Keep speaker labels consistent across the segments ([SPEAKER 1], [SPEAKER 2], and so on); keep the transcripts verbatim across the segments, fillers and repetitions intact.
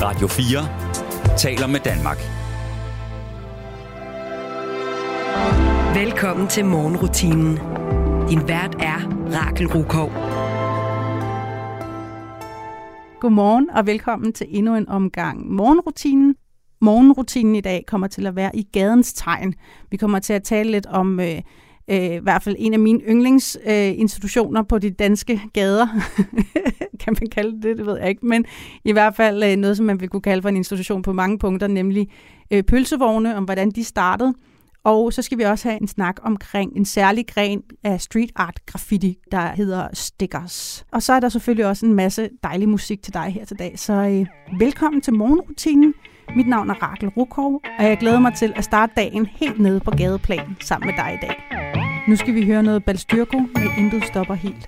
[SPEAKER 1] Radio fire taler med Danmark.
[SPEAKER 2] Velkommen til morgenrutinen. Din vært er Rakel Rukov.
[SPEAKER 3] Godmorgen og velkommen til endnu en omgang morgenrutinen. Morgenrutinen i dag kommer til at være i gadens tegn. Vi kommer til at tale lidt om øh, øh, i hvert fald en af mine yndlingsinstitutioner øh, på de danske gader. Kan man kalde det? Det ved jeg ikke. Men i hvert fald øh, noget, som man vil kunne kalde for en institution på mange punkter, nemlig øh, pølsevogne, om hvordan de startede. Og så skal vi også have en snak omkring en særlig gren af street art graffiti, der hedder stickers. Og så er der selvfølgelig også en masse dejlig musik til dig her til dag. Så øh, velkommen til morgenrutinen. Mit navn er Rakel Rukov, og jeg glæder mig til at starte dagen helt nede på gadeplan sammen med dig i dag. Nu skal vi høre noget Balstyrko med Intet stopper helt.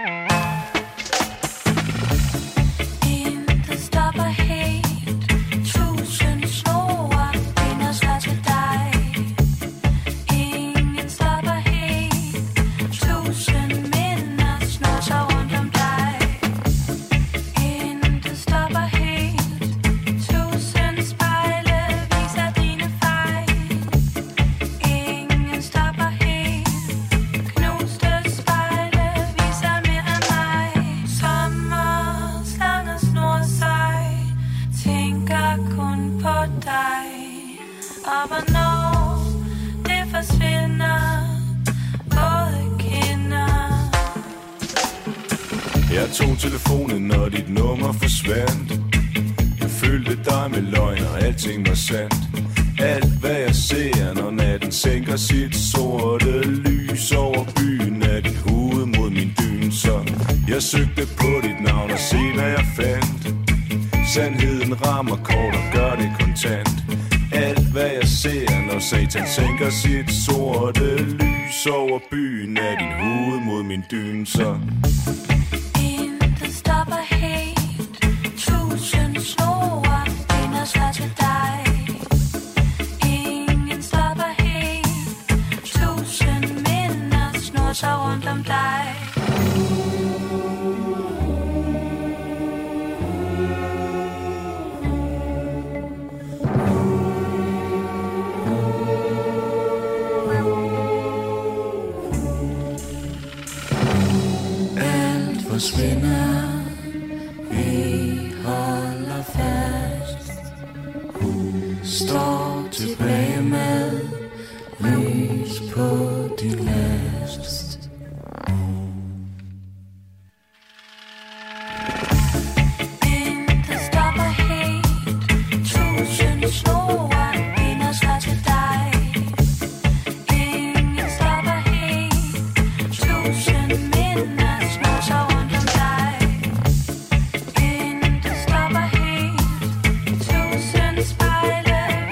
[SPEAKER 4] Jeg tog telefonen, når dit nummer forsvandt. Jeg følte dig med løgn, og alting var sandt. Alt hvad jeg ser, når natten sænker sit sorte lys over byen, er dit hoved mod min dyn. Så jeg søgte på dit navn og se hvad jeg fandt. Sandheden rammer kort og gør det kontant. Alt hvad jeg ser, når satan sænker sit sorte lys over byen, er dit hoved mod min dyn. Så
[SPEAKER 5] stopper helt. Tusind snore binder sig til dig. Ingen stopper helt. Tusind minder snor sig rundt om dig. Alt forsvinder. Står tilbage med lys på din last. Intet stopper helt. Tusind snore binder sig til dig. Ingen stopper helt. Tusind minder snor sig rundt om dig. Intet stopper helt. Tusind spejle.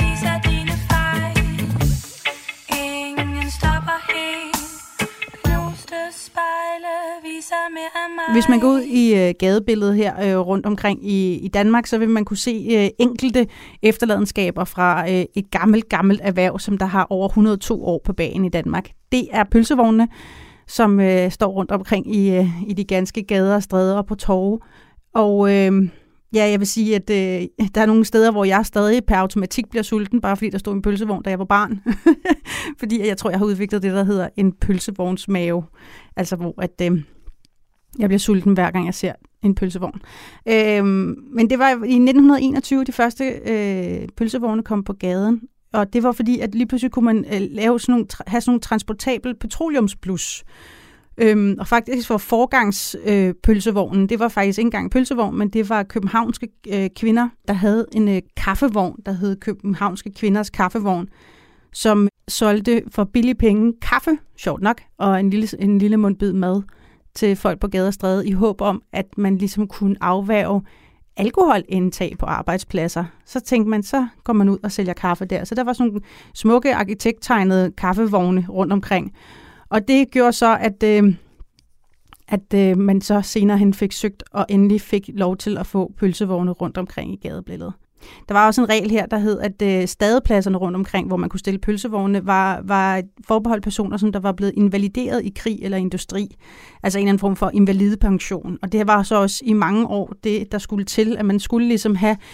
[SPEAKER 3] Hvis man går ud i øh, gadebilledet her øh, rundt omkring i, i Danmark, så vil man kunne se øh, enkelte efterladenskaber fra øh, et gammelt, gammelt erhverv, som der har over hundrede og to år på bagen i Danmark. Det er pølsevognene, som øh, står rundt omkring i, øh, i de ganske gader og stræder og på torve. Og øh, ja, jeg vil sige, at øh, der er nogle steder, hvor jeg stadig per automatik bliver sulten, bare fordi der stod en pølsevogn, da jeg var barn. Fordi jeg tror, jeg har udviklet det, der hedder en pølsevognsmave. Altså hvor at... Øh, Jeg bliver sulten, hver gang jeg ser en pølsevogn. Øhm, men det var i nitten enogtyve, de første øh, pølsevogne kom på gaden. Og det var fordi, at lige pludselig kunne man øh, lave sådan nogle, have sådan nogle transportable petroleumsblus. Øhm, og faktisk for forgangs øh, pølsevognen, det var faktisk ikke engang en pølsevogn, men det var københavnske øh, kvinder, der havde en øh, kaffevogn, der hed Københavnske Kvinders Kaffevogn, som solgte for billige penge kaffe, sjovt nok, og en lille, en lille mundbid mad til folk på gader og stræde, i håb om, at man ligesom kunne afværge alkoholindtag på arbejdspladser. Så tænkte man, så går man ud og sælger kaffe der. Så der var sådan nogle smukke arkitekttegnede kaffevogne rundt omkring. Og det gjorde så, at, øh, at øh, man så senere hen fik søgt og endelig fik lov til at få pølsevogne rundt omkring i gadebilledet. Der var også en regel her, der hed, at øh, stadepladserne rundt omkring, hvor man kunne stille pølsevogne, var, var forbeholdt personer, som der var blevet invalideret i krig eller industri. Altså en eller anden form for invalidepension. Og det var så også i mange år det, der skulle til, at man skulle ligesom have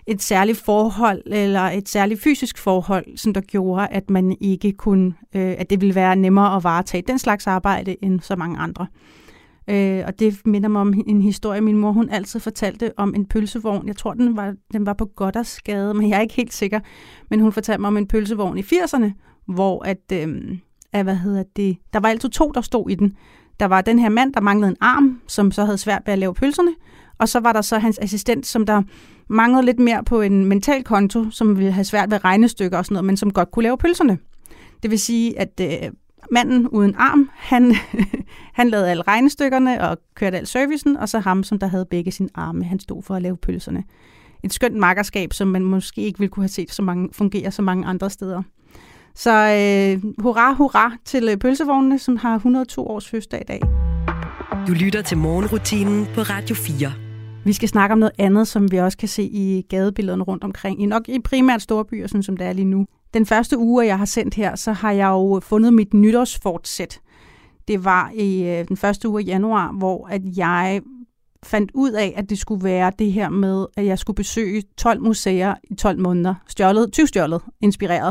[SPEAKER 3] et særligt forhold eller et særligt fysisk forhold, som der gjorde, at man ikke kunne, øh, at det ville være nemmere at varetage den slags arbejde end så mange andre. Øh, og det minder mig om en historie, min mor hun altid fortalte om en pølsevogn. Jeg tror, den var, den var på Goddersgade, men jeg er ikke helt sikker. Men hun fortalte mig om en pølsevogn i firserne, hvor at, øh, at, hvad hedder det, der var altid to, der stod i den. Der var den her mand, der manglede en arm, som så havde svært ved at lave pølserne. Og så var der så hans assistent, som der manglede lidt mere på en mental konto, som ville have svært ved regnestykker og sådan noget, men som godt kunne lave pølserne. Det vil sige, at øh, manden uden arm, han, han lavede alle regnestykkerne og kørte al servicen, og så ham, som der havde begge sine arme, han stod for at lave pølserne. Et skønt makkerskab, som man måske ikke ville kunne have set så mange, fungere så mange andre steder. Så øh, hurra, hurra til pølsevognene, som har hundrede og to års fødselsdag i dag.
[SPEAKER 2] Du lytter til morgenrutinen på Radio fire.
[SPEAKER 3] Vi skal snakke om noget andet, som vi også kan se i gadebillederne rundt omkring, i nok i primært store byer, sådan som det er lige nu. Den første uge, jeg har sendt her, så har jeg jo fundet mit nytårsfortsæt. Det var i øh, den første uge af januar, hvor at jeg fandt ud af, at det skulle være det her med, at jeg skulle besøge tolv museer i tolv måneder. Stjålet, tyvstjålet, inspireret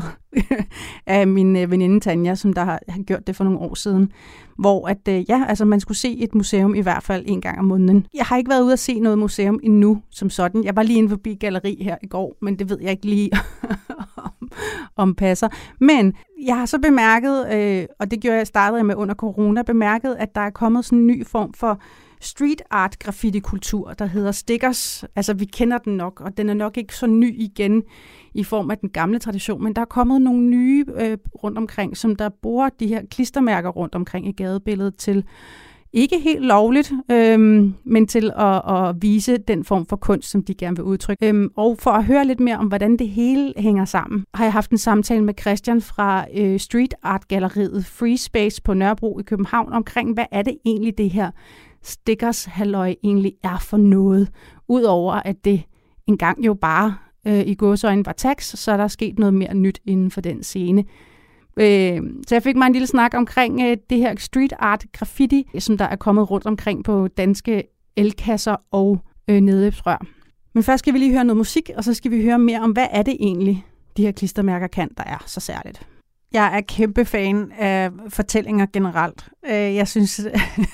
[SPEAKER 3] af min øh, veninde Tanja, som der har, har gjort det for nogle år siden. Hvor at, øh, ja, altså man skulle se et museum i hvert fald en gang om måneden. Jeg har ikke været ude at se noget museum endnu som sådan. Jeg var lige inde forbi galleri her i går, men det ved jeg ikke lige om, om passer. Men jeg har så bemærket, øh, og det gjorde jeg startet med under corona, bemærket, at der er kommet sådan en ny form for street art graffiti-kultur, der hedder stickers. Altså, vi kender den nok, og den er nok ikke så ny igen i form af den gamle tradition, men der er kommet nogle nye øh, rundt omkring, som der bruger de her klistermærker rundt omkring i gadebilledet til, ikke helt lovligt, øhm, men til at, at vise den form for kunst, som de gerne vil udtrykke. Øhm, og for at høre lidt mere om, hvordan det hele hænger sammen, har jeg haft en samtale med Christian fra øh, Street Art Galleriet Free Space på Nørrebro i København omkring, hvad er det egentlig det her stickers halløj egentlig er for noget, udover at det engang jo bare øh, i gåseøjne var tax, så er der sket noget mere nyt inden for den scene. Øh, så jeg fik mig en lille snak omkring øh, det her street art graffiti, som der er kommet rundt omkring på danske elkasser og øh, nedløbsrør. Men først skal vi lige høre noget musik, og så skal vi høre mere om, hvad er det egentlig, de her klistermærker kan, der er så særligt. Jeg er kæmpe fan af fortællinger generelt. Jeg synes,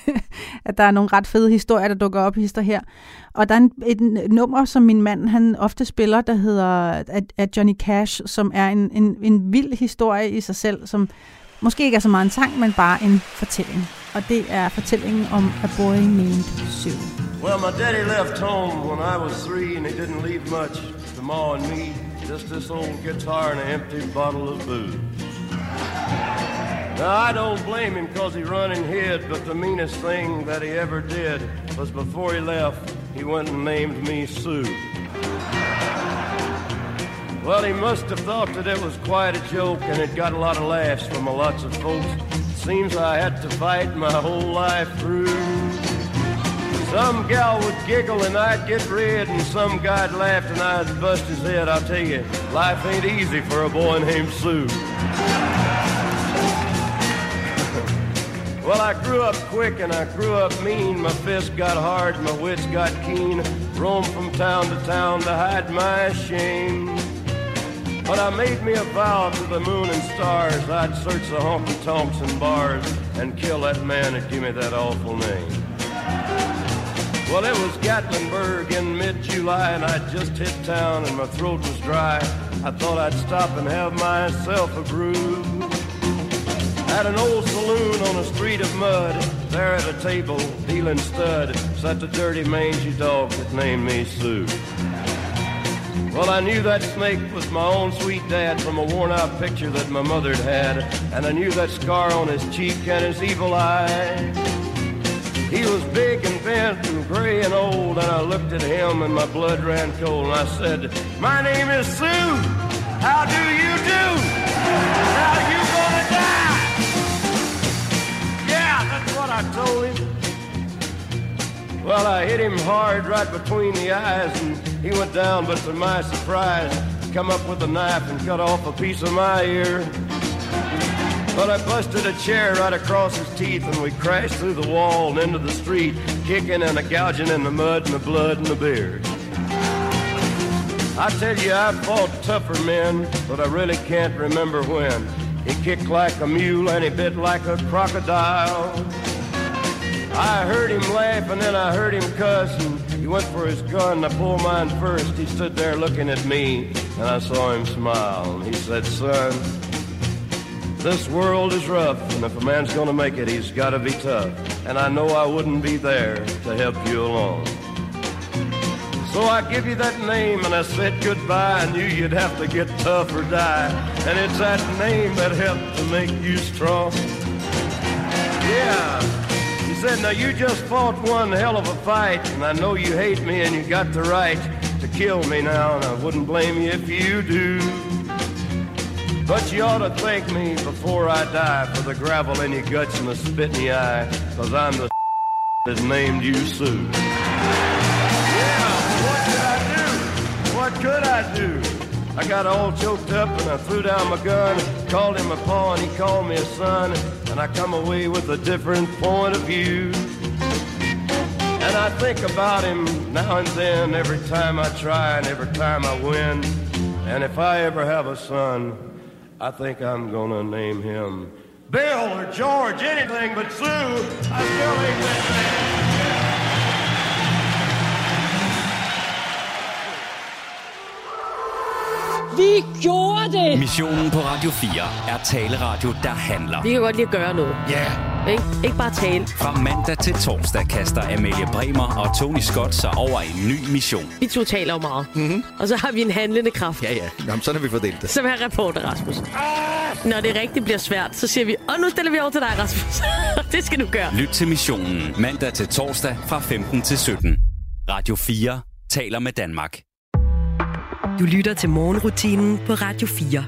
[SPEAKER 3] at der er nogle ret fede historier, der dukker op hister her. Og der er en, et nummer, som min mand han ofte spiller, der hedder af Johnny Cash, som er en, en, en vild historie i sig selv, som måske ikke er så meget en sang, men bare en fortælling. Og det er fortællingen om A Boy Named Sue.
[SPEAKER 6] Well, my daddy left home when I was three, and he didn't leave much to Ma and me. Just this old guitar and an empty bottle of booze. Now, I don't blame him cause he run and hid, but the meanest thing that he ever did was before he left, he went and named me Sue. Well, he must have thought that it was quite a joke, and it got a lot of laughs from a lots of folks. Seems I had to fight my whole life through. Some gal would giggle and I'd get red, and some guy'd laugh and I'd bust his head. I'll tell you, life ain't easy for a boy named Sue. Well, I grew up quick and I grew up mean. My fists got hard, my wits got keen. Roamed from town to town to hide my shame. But I made me a vow to the moon and stars, I'd search the honky-tonks and bars and kill that man that gave me that awful name. Well, it was Gatlinburg in mid-July, and I'd just hit town and my throat was dry. I thought I'd stop and have myself a brew. At an old saloon on a street of mud, there at a table, dealing stud, sat the dirty mangy dog that named me Sue. Well, I knew that snake was my own sweet dad from a worn-out picture that my mother'd had, and I knew that scar on his cheek and his evil eye. He was big and bent and gray and old, and I looked at him and my blood ran cold, and I said, "My name is Sue. How do you do? Now you gonna die?" Yeah, that's what I told him. Well, I hit him hard right between the eyes, and he went down, but to my surprise, come up with a knife and cut off a piece of my ear. But I busted a chair right across his teeth, and we crashed through the wall and into the street, kicking and a gouging in the mud and the blood and the beard. I tell you, I've fought tougher men, but I really can't remember when. He kicked like a mule and he bit like a crocodile. I heard him laugh and then I heard him cuss, and he went for his gun. I pulled mine first. He stood there looking at me, and I saw him smile. And he said, son, this world is rough, and if a man's gonna make it, he's gotta be tough. And I know I wouldn't be there to help you along. So I give you that name and I said goodbye. I knew you'd have to get tough or die. And it's that name that helped to make you strong. Yeah. He said, now you just fought one hell of a fight, and I know you hate me and you got the right to kill me now, and I wouldn't blame you if you do. But you ought to thank me before I die for the gravel in your guts and the spit in your eye, cause I'm the that named you Sue. What could I do? I got all choked up and I threw down my gun, called him a paw and he called me a son, and I come away with a different point of view. And I think about him now and then, every time I try and every time I win. And if I ever have a son, I think I'm gonna name him Bill or George, anything but Sue. I still ain't that man.
[SPEAKER 7] Vi gjorde det!
[SPEAKER 1] Missionen på Radio fire er taleradio, der handler.
[SPEAKER 7] Vi kan godt lide at gøre noget.
[SPEAKER 1] Ja. Yeah.
[SPEAKER 7] Ik? Ikke bare tale.
[SPEAKER 1] Fra mandag til torsdag kaster Amalie Bremer og Tony Scott sig over en ny mission.
[SPEAKER 7] Vi to taler jo meget.
[SPEAKER 8] Mm-hmm.
[SPEAKER 7] Og så har vi en handlende kraft.
[SPEAKER 8] Ja, ja. Jamen, sådan har vi fordelt det.
[SPEAKER 7] Som er reporter, Rasmus. Ah! Når det rigtig bliver svært, så siger vi, og nu stiller vi over til dig, Rasmus. Det skal du gøre.
[SPEAKER 1] Lyt til missionen mandag til torsdag fra femten til sytten. Radio fire taler med Danmark.
[SPEAKER 2] Du lytter til morgenrutinen på Radio fire.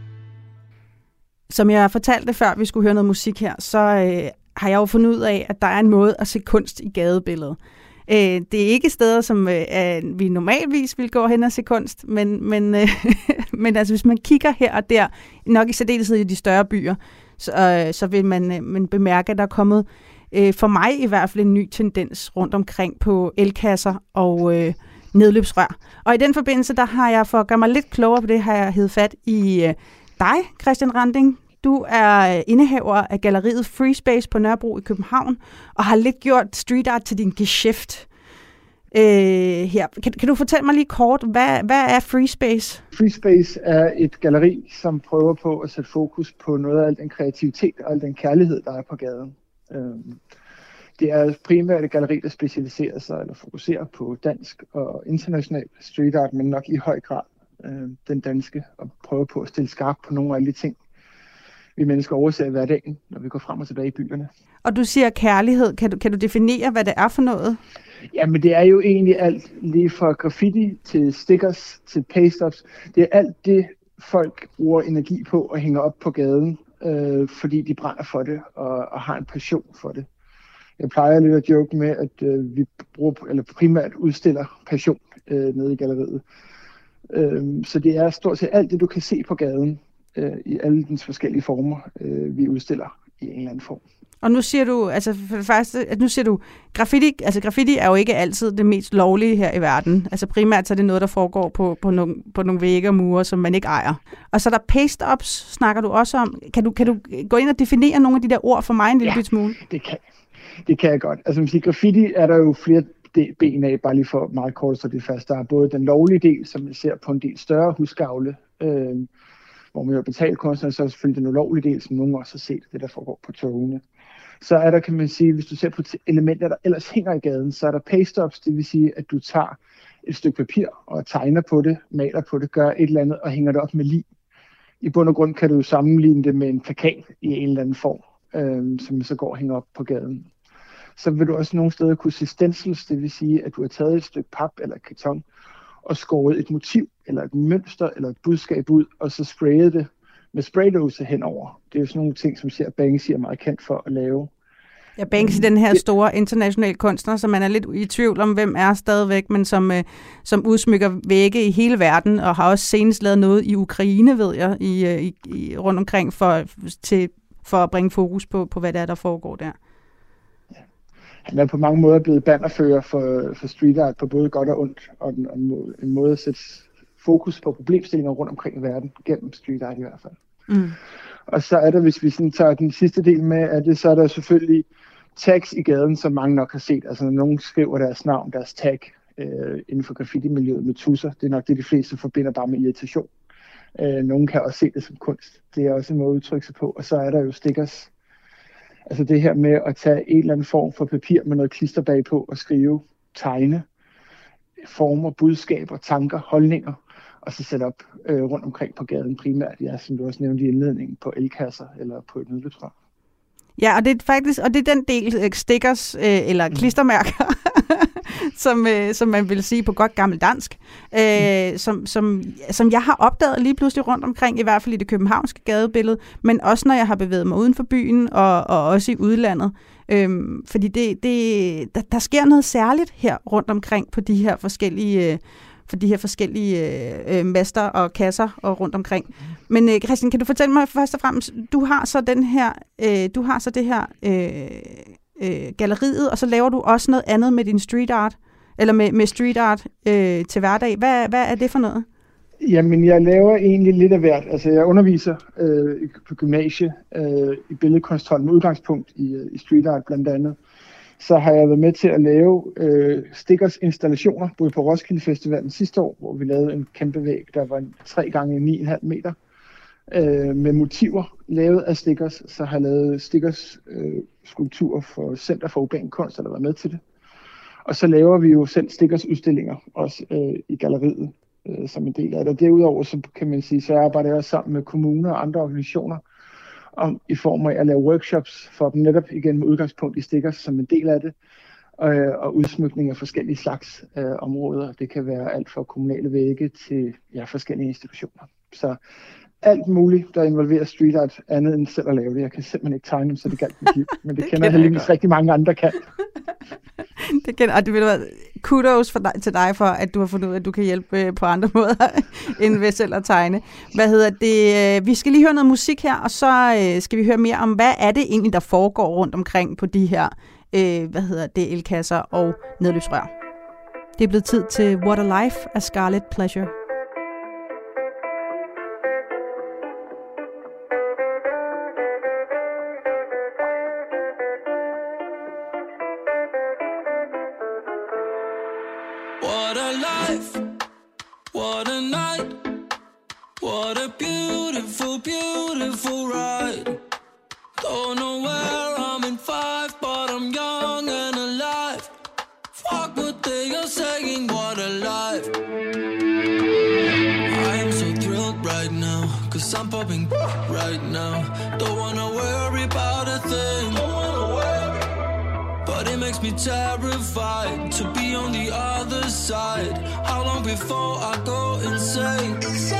[SPEAKER 3] Som jeg fortalte før, vi skulle høre noget musik her, så øh, har jeg jo fundet ud af, at der er en måde at se kunst i gadebilledet. Øh, det er ikke steder, som øh, vi normalvis vil gå hen og se kunst, men, men, øh, men altså, hvis man kigger her og der, nok i særdeleshed i de større byer, så, øh, så vil man, øh, man bemærke, at der er kommet, øh, for mig i hvert fald, en ny tendens rundt omkring på elkasser og øh, nedløbsrør. Og i den forbindelse, der har jeg, for at gøre mig lidt klogere på det, har jeg heddet fat i øh, dig, Christian Randing. Du er indehaver af galleriet Free Space på Nørrebro i København, og har lidt gjort street art til din geschæft. Øh, her. Kan, kan du fortælle mig lige kort, hvad, hvad er Free Space?
[SPEAKER 9] Free Space er et galleri, som prøver på at sætte fokus på noget af al den kreativitet og al den kærlighed, der er på gaden. Øh, Det er primært et galleri, der specialiserer sig eller fokuserer på dansk og international street art, men nok i høj grad øh, den danske, og prøver på at stille skarpt på nogle af alle de ting, vi mennesker overser i hverdagen, når vi går frem og tilbage i byerne.
[SPEAKER 3] Og du siger kærlighed. Kan du, kan du definere, hvad det er for noget?
[SPEAKER 9] Jamen, det er jo egentlig alt, lige fra graffiti til stickers til paste-ups. Det er alt det, folk bruger energi på at hænge op på gaden, øh, fordi de brænder for det og, og har en passion for det. Jeg plejer lidt at joke med, at øh, vi bruger, eller primært udstiller passion øh, nede i galleriet. Øh, så det er stort set alt det, du kan se på gaden, øh, i alle dens forskellige former, øh, vi udstiller i en eller anden form.
[SPEAKER 3] Og nu siger du, altså for det første, at nu siger du, graffiti, altså graffiti er jo ikke altid det mest lovlige her i verden. Altså primært så er det noget, der foregår på, på, nogle, på nogle vægge og mure, som man ikke ejer. Og så er der paste-ups, snakker du også om. Kan du, kan du gå ind og definere nogle af de der ord for mig en lille
[SPEAKER 9] ja,
[SPEAKER 3] smule?
[SPEAKER 9] det kan Det kan jeg godt. Altså, man siger, graffiti er der jo flere ben af, bare lige for meget kort så det første. Der er både den lovlige del, som man ser på en del større husgavle, øh, hvor man jo betaler kunstnerne, så er selvfølgelig den ulovlige del, som nogen også har set, det der foregår på togene. Så er der, kan man sige, hvis du ser på elementer, der ellers hænger i gaden, så er der paste-ups, det vil sige, at du tager et stykke papir og tegner på det, maler på det, gør et eller andet og hænger det op med lim. I bund og grund kan du sammenligne det med en plakat i en eller anden form, øh, som så går og hænger op på gaden. Så vil du også nogle steder kunne se stencils, det vil sige, at du har taget et stykke pap eller karton og skåret et motiv eller et mønster eller et budskab ud, og så sprayet det med spraydåse henover. Det er jo sådan nogle ting, som ser Banksy er meget kendt for at lave.
[SPEAKER 3] Ja, Banksy, den her store internationale kunstner, som man er lidt i tvivl om, hvem er stadigvæk, men som, øh, som udsmykker vægge i hele verden, og har også senest lavet noget i Ukraine, ved jeg, i, i, i, rundt omkring for, til, for at bringe fokus på, på, hvad det er, der foregår der.
[SPEAKER 9] Han er på mange måder blevet bannerfører for, for street art på både godt og ondt, og en, en måde at sætte fokus på problemstillinger rundt omkring i verden, gennem street art i hvert fald.
[SPEAKER 3] Mm.
[SPEAKER 9] Og så er der, hvis vi sådan tager den sidste del med, at det, så er der selvfølgelig tags i gaden, som mange nok har set. Altså når nogen skriver deres navn, deres tag øh, inden for graffiti-miljøet med tusser, det er nok det, de fleste forbinder bare med irritation. Øh, nogen kan også se det som kunst. Det er også en måde at udtrykke sig på. Og så er der jo stickers. Altså det her med at tage en eller anden form for papir med noget klister bagpå og skrive, tegne, former, budskaber, tanker, holdninger, og så sætte op øh, rundt omkring på gaden primært, ja, som du også nævnte i indledningen, på elkasser eller på et nødløbsrør.
[SPEAKER 3] Ja, og det er faktisk, og det er den del stickers øh, eller klistermærker, som, øh, som man vil sige på godt gammel dansk, øh, mm. som, som, som jeg har opdaget lige pludselig rundt omkring, i hvert fald i det københavnske gadebillede, men også når jeg har bevæget mig uden for byen og, og også i udlandet. Øhm, fordi det, det, der, der sker noget særligt her rundt omkring på de her forskellige øh, for de her forskellige øh, master og kasser og rundt omkring. Men øh, Christian, kan du fortælle mig først og fremmest, du har så den her, øh, du har så det her øh, øh, galleriet, og så laver du også noget andet med din street art, eller med, med street art øh, til hverdag. Hvad, hvad er det for noget?
[SPEAKER 9] Jamen, jeg laver egentlig lidt af hvert. Altså, jeg underviser øh, på gymnasie øh, i billedkunsthold med udgangspunkt i, i street art blandt andet. Så har jeg været med til at lave øh, stickers installationer, både på Roskilde Festivalen sidste år, hvor vi lavede en kæmpe væg, der var tre gange ni komma fem meter, øh, med motiver lavet af stickers. Så har jeg lavet stickers øh, skulpturer for Center for Urban Kunst, der har været med til det. Og så laver vi jo selv stickers udstillinger, også øh, i galleriet, øh, som en del af det. Og derudover, så kan man sige, så arbejder jeg også sammen med kommuner og andre organisationer, om, i form af at lave workshops for dem netop igen med udgangspunkt i stickers som en del af det, og, og udsmykning af forskellige slags øh, områder. Det kan være alt fra kommunale vægge til ja, forskellige institutioner. Så alt muligt, der involverer street art, andet end selv at lave det. Jeg kan simpelthen ikke tegne dem, så det galt mit liv, men det, det kender jeg heldigvis rigtig mange andre kan.
[SPEAKER 3] Det kender, og det vil være kudos for dig, til dig for, at du har fundet ud af, at du kan hjælpe på andre måder, end ved selv at tegne. Hvad hedder det? Vi skal lige høre noget musik her, og så skal vi høre mere om, hvad er det egentlig, der foregår rundt omkring på de her, hvad hedder det, elkasser og nedløbsrør. Det er blevet tid til What a Life af Scarlet Pleasure.
[SPEAKER 8] I'm popping right now. Don't wanna worry about a thing. But it makes me terrified to be on the other side. How long before I go insane?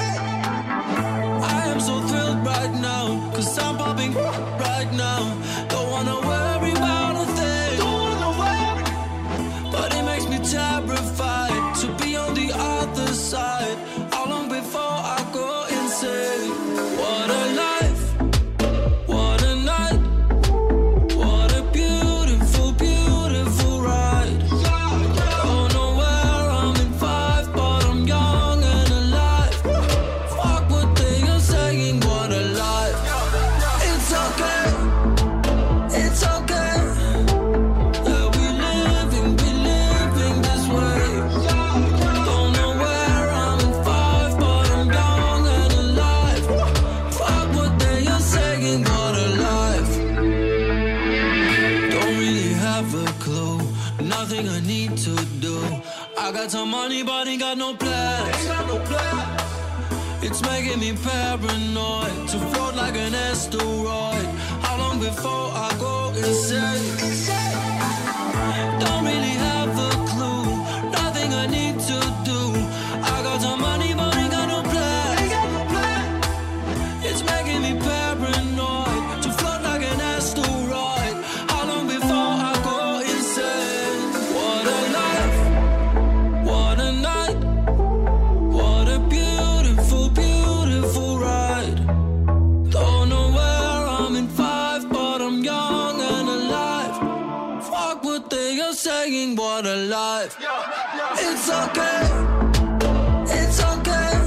[SPEAKER 8] I am so thrilled right now, cause I'm popping right now. Don't wanna worry about a thing. But it makes me terrified to be on the other side. How long before I go insane? What a life, what a night, what a beautiful, beautiful ride. Don't know where I'm in five, but I'm young and alive. Fuck what they are saying, what a life. It's okay, it's okay. Yeah, we living, we living this way. Don't know where I'm in five, but I'm young and alive. Fuck what they are saying, what a life. Don't really have a clue, nothing I need to do. I got some money but ain't got no plans. It's making me paranoid to float like an asteroid. How long before I go insane? Don't really have a clue, nothing I need to do. I got some money but ain't got no plans. It's making me paranoid to float like an asteroid. How long before I go insane? What a life, what a night, what a beautiful, beautiful ride. Don't know where I'm in five, but I'm young and alive. Fuck what they are saying, what a life. It's okay, it's okay.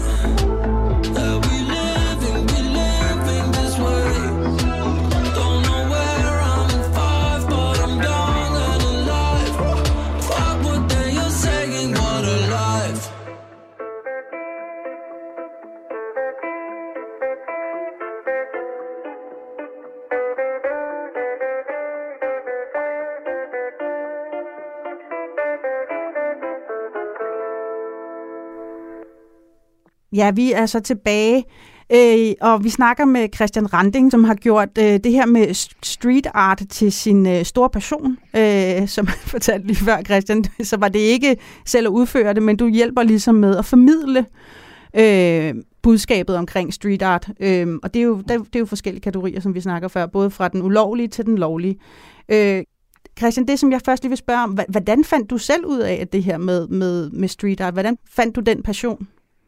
[SPEAKER 3] Ja, vi er så tilbage, øh, og vi snakker med Christian Randing, som har gjort øh, det her med street art til sin øh, store passion. Øh, som jeg fortalte lige før, Christian, så var det ikke selv at udføre det, men du hjælper ligesom med at formidle øh, budskabet omkring street art. Øh, og det er, jo, det er jo forskellige kategorier, som vi snakker før, både fra den ulovlige til den lovlige. Øh, Christian, det som jeg først lige vil spørge om, hvordan fandt du selv ud af det her med, med, med street art? Hvordan fandt du den passion?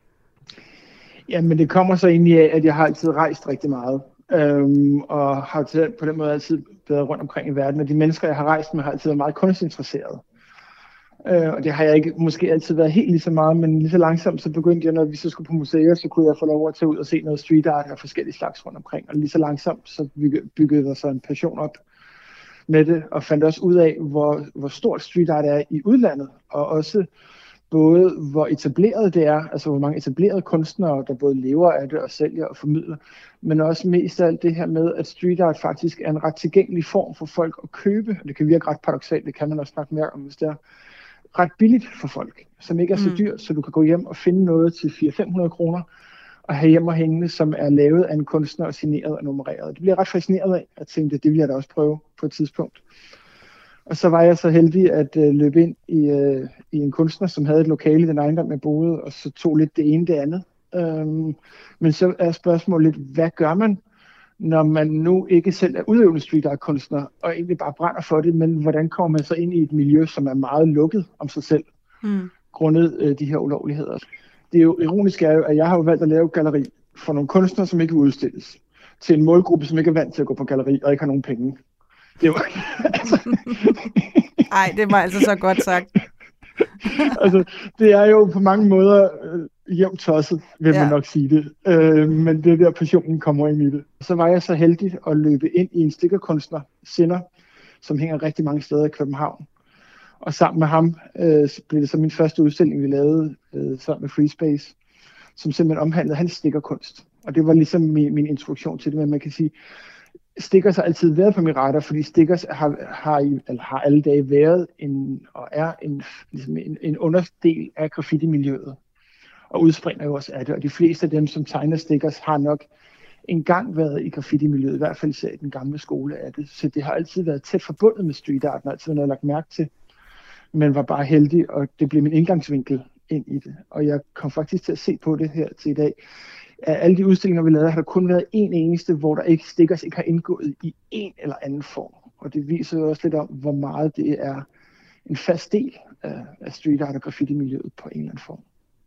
[SPEAKER 9] Ja, men det kommer så egentlig af, at jeg har altid rejst rigtig meget, øhm, og har på den måde altid været rundt omkring i verden, og de mennesker, jeg har rejst med, har altid været meget kunstinteresserede. Øh, og det har jeg ikke måske altid været helt lige så meget, men lige så langsomt, så begyndte jeg, når vi så skulle på museer, så kunne jeg få lov at tage ud og se noget street art af forskellige slags rundt omkring, og lige så langsomt, så byggede, byggede der så en passion op med det, og fandt også ud af, hvor, hvor stort street art er i udlandet, og også både hvor etableret det er, altså hvor mange etablerede kunstnere, der både lever af det og sælger og formidler, men også mest af alt det her med, at street art faktisk er en ret tilgængelig form for folk at købe, og det kan virke ret paradoksalt, det kan man også snakke mere om, hvis det er ret billigt for folk, som ikke er så dyrt, så du kan gå hjem og finde noget til fire til fem hundrede kroner, og have hjem og hængende, som er lavet af en kunstner og signeret og nummereret. Det bliver ret fascineret af, at tænke, det vil jeg da også prøve på et tidspunkt. Og så var jeg så heldig at øh, løbe ind i, øh, i en kunstner, som havde et lokale i den ejendom, jeg boede, og så tog lidt det ene det andet. Øhm, men så er spørgsmålet lidt, hvad gør man, når man nu ikke selv er udøvende street art kunstner, og egentlig bare brænder for det, men hvordan kommer man så ind i et miljø, som er meget lukket om sig selv, mm. grundet øh, de her ulovligheder. Det er jo ironisk, er jo, at jeg har jo valgt at lave galleri for nogle kunstnere, som ikke vil udstilles, til en målgruppe, som ikke er vant til at gå på galleri og ikke har nogen penge. Det var altså...
[SPEAKER 3] Ej, det var altså så godt sagt.
[SPEAKER 9] Altså, det er jo på mange måder øh, jævnt tosset, vil ja. man nok sige det. Øh, men det der passionen kommer ind i det. Så var jeg så heldig at løbe ind i en stikkerkunstner, Sinner, som hænger rigtig mange steder i København. Og sammen med ham øh, blev det så min første udstilling, vi lavede øh, sammen med Free Space, som simpelthen omhandlede hans stikkerkunst. Og det var ligesom min, min introduktion til det, men man kan sige, Stickers har altid været på min radar, fordi Stickers har, har, eller har alle dage været en, og er en, ligesom en, en underdel af graffiti-miljøet, og udspringer jo også af det. Og de fleste af dem, som tegner Stickers, har nok engang været i graffiti-miljøet, i hvert fald især i den gamle skole af det. Så det har altid været tæt forbundet med street art, og altid været noget lagt mærke til, men var bare heldig, og det blev min indgangsvinkel ind i det. Og jeg kom faktisk til at se på det her til i dag. Af alle de udstillinger, vi lavede, har der kun været en eneste, hvor der ikke Stickers ikke har indgået i en eller anden form. Og det viser jo også lidt om, hvor meget det er en fast del af, af street art og graffiti-miljøet på en eller anden form.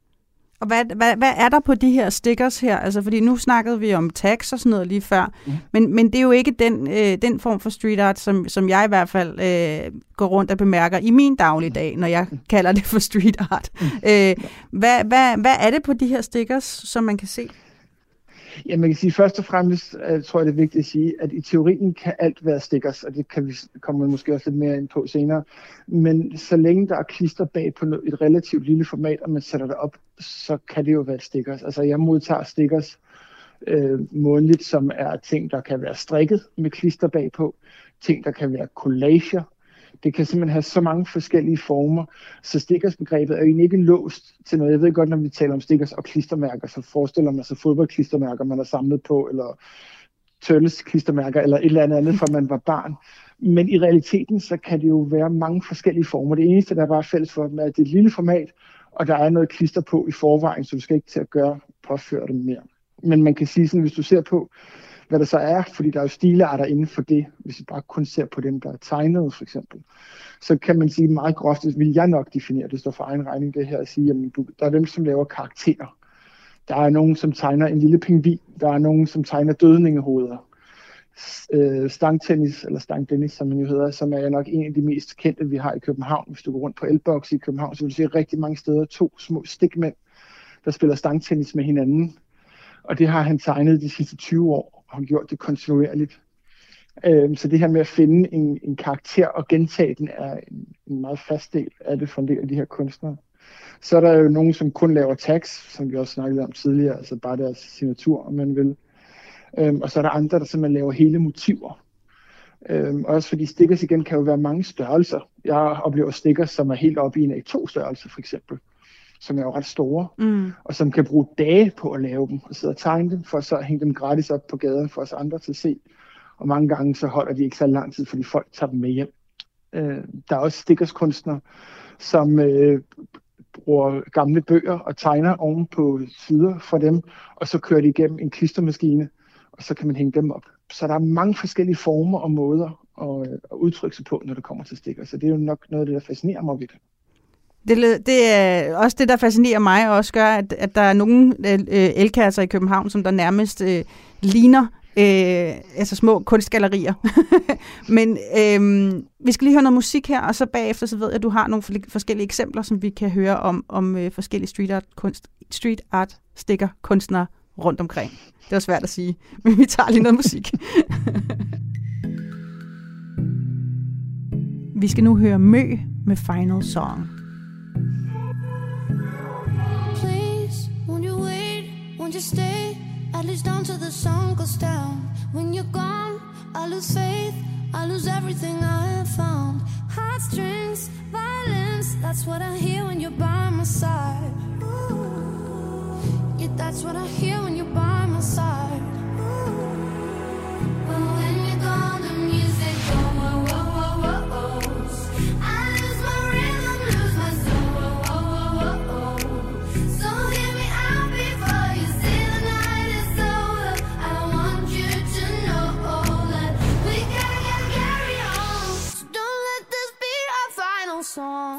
[SPEAKER 3] Og hvad, hvad, hvad er der på de her stickers her? Altså, fordi nu snakkede vi om tags og sådan noget lige før, mm. men, men det er jo ikke den, øh, den form for street art, som, som jeg i hvert fald øh, går rundt og bemærker i min dagligdag, når jeg kalder det for street art. Mm. Øh, hvad, hvad, hvad er det på de her stickers, som man kan se?
[SPEAKER 9] Ja, man kan sige, først og fremmest uh, tror jeg, det er vigtigt at sige, at i teorien kan alt være stickers, og det kan vi komme måske også lidt mere ind på senere. Men så længe der er klister bag på et relativt lille format, og man sætter det op, så kan det jo være stickers. Altså jeg modtager stickers øh, månedligt, som er ting, der kan være strikket med klister bagpå, ting, der kan være collager. Det kan simpelthen have så mange forskellige former, så stickersbegrebet er jo egentlig ikke låst til noget. Jeg ved godt, når vi taler om stickers og klistermærker, så forestiller man sig fodboldklistermærker, man har samlet på, eller Turtles klistermærker, eller et eller andet andet, fra man var barn. Men i realiteten, så kan det jo være mange forskellige former. Det eneste, der er bare fælles for dem, er, at det er et lille format, og der er noget klister på i forvejen, så du skal ikke til at gøre, påføre dem mere. Men man kan sige sådan, hvis du ser på, hvad der så er, fordi der er jo stilarter inden for det, hvis vi bare kun ser på dem, der er tegnet for eksempel, så kan man sige meget groft, det vil jeg nok definere, det står for egen regning det her, at sige, at der er dem, som laver karakterer. Der er nogen, som tegner en lille pingvin, der er nogen, som tegner dødningehoveder. Stangtennis, eller stangtennis, som man jo hedder, som er nok en af de mest kendte, vi har i København. Hvis du går rundt på Elbox i København, så vil du se rigtig mange steder to små stikmænd, der spiller stangtennis med hinanden. Og det har han tegnet de sidste tyve år, og har gjort det kontinuerligt. Øhm, så det her med at finde en, en karakter og gentage den, er en, en meget fast del af det for en del af de her kunstnere. Så er der jo nogen, som kun laver tags, som vi også snakkede om tidligere, altså bare deres signatur, om man vil. Øhm, og så er der andre, der simpelthen laver hele motiver. Øhm, også fordi stickers igen kan jo være mange størrelser. Jeg oplever stickers, som er helt oppe i en A to størrelse for eksempel. som er jo ret store,
[SPEAKER 3] Mm.
[SPEAKER 9] og som kan bruge dage på at lave dem, og sidde og tegne dem, for så at hænge dem gratis op på gaden for os andre til at se. Og mange gange så holder de ikke så lang tid, fordi folk tager dem med hjem. Øh, der er også stickerskunstnere, som øh, bruger gamle bøger og tegner oven på sider fra dem, og så kører de igennem en klistermaskine, og så kan man hænge dem op. Så der er mange forskellige former og måder at, at udtrykke sig på, når det kommer til stikker. Så det er jo nok noget af det, der fascinerer mig ved det.
[SPEAKER 3] Det, det er også det, der fascinerer mig, og også gør, at, at der er nogle øh, elkasser i København, som der nærmest øh, ligner øh, altså små kunstgallerier. Men øh, vi skal lige høre noget musik her, og så bagefter så ved jeg, at du har nogle forskellige eksempler, som vi kan høre om, om øh, forskellige street art, kunst, street art stikker kunstnere rundt omkring. Det var svært at sige, men vi tager lige noget musik. Vi skal nu høre Mø med Final Song.
[SPEAKER 10] Please, won't you wait, won't you stay, at least until the sun goes down. When you're gone, I lose faith, I lose everything I have found. Heartstrings, violence, that's what I hear when you're by my side. Yeah, that's what I hear when you're by my side. But when you're gone, the music go whoa, whoa, whoa, whoa, whoa. I lose my rhythm, lose my soul, whoa, whoa, whoa, whoa, whoa. So hear me out before you say the night is over. I want you to know that we gotta get carry on. So don't let this be our final song.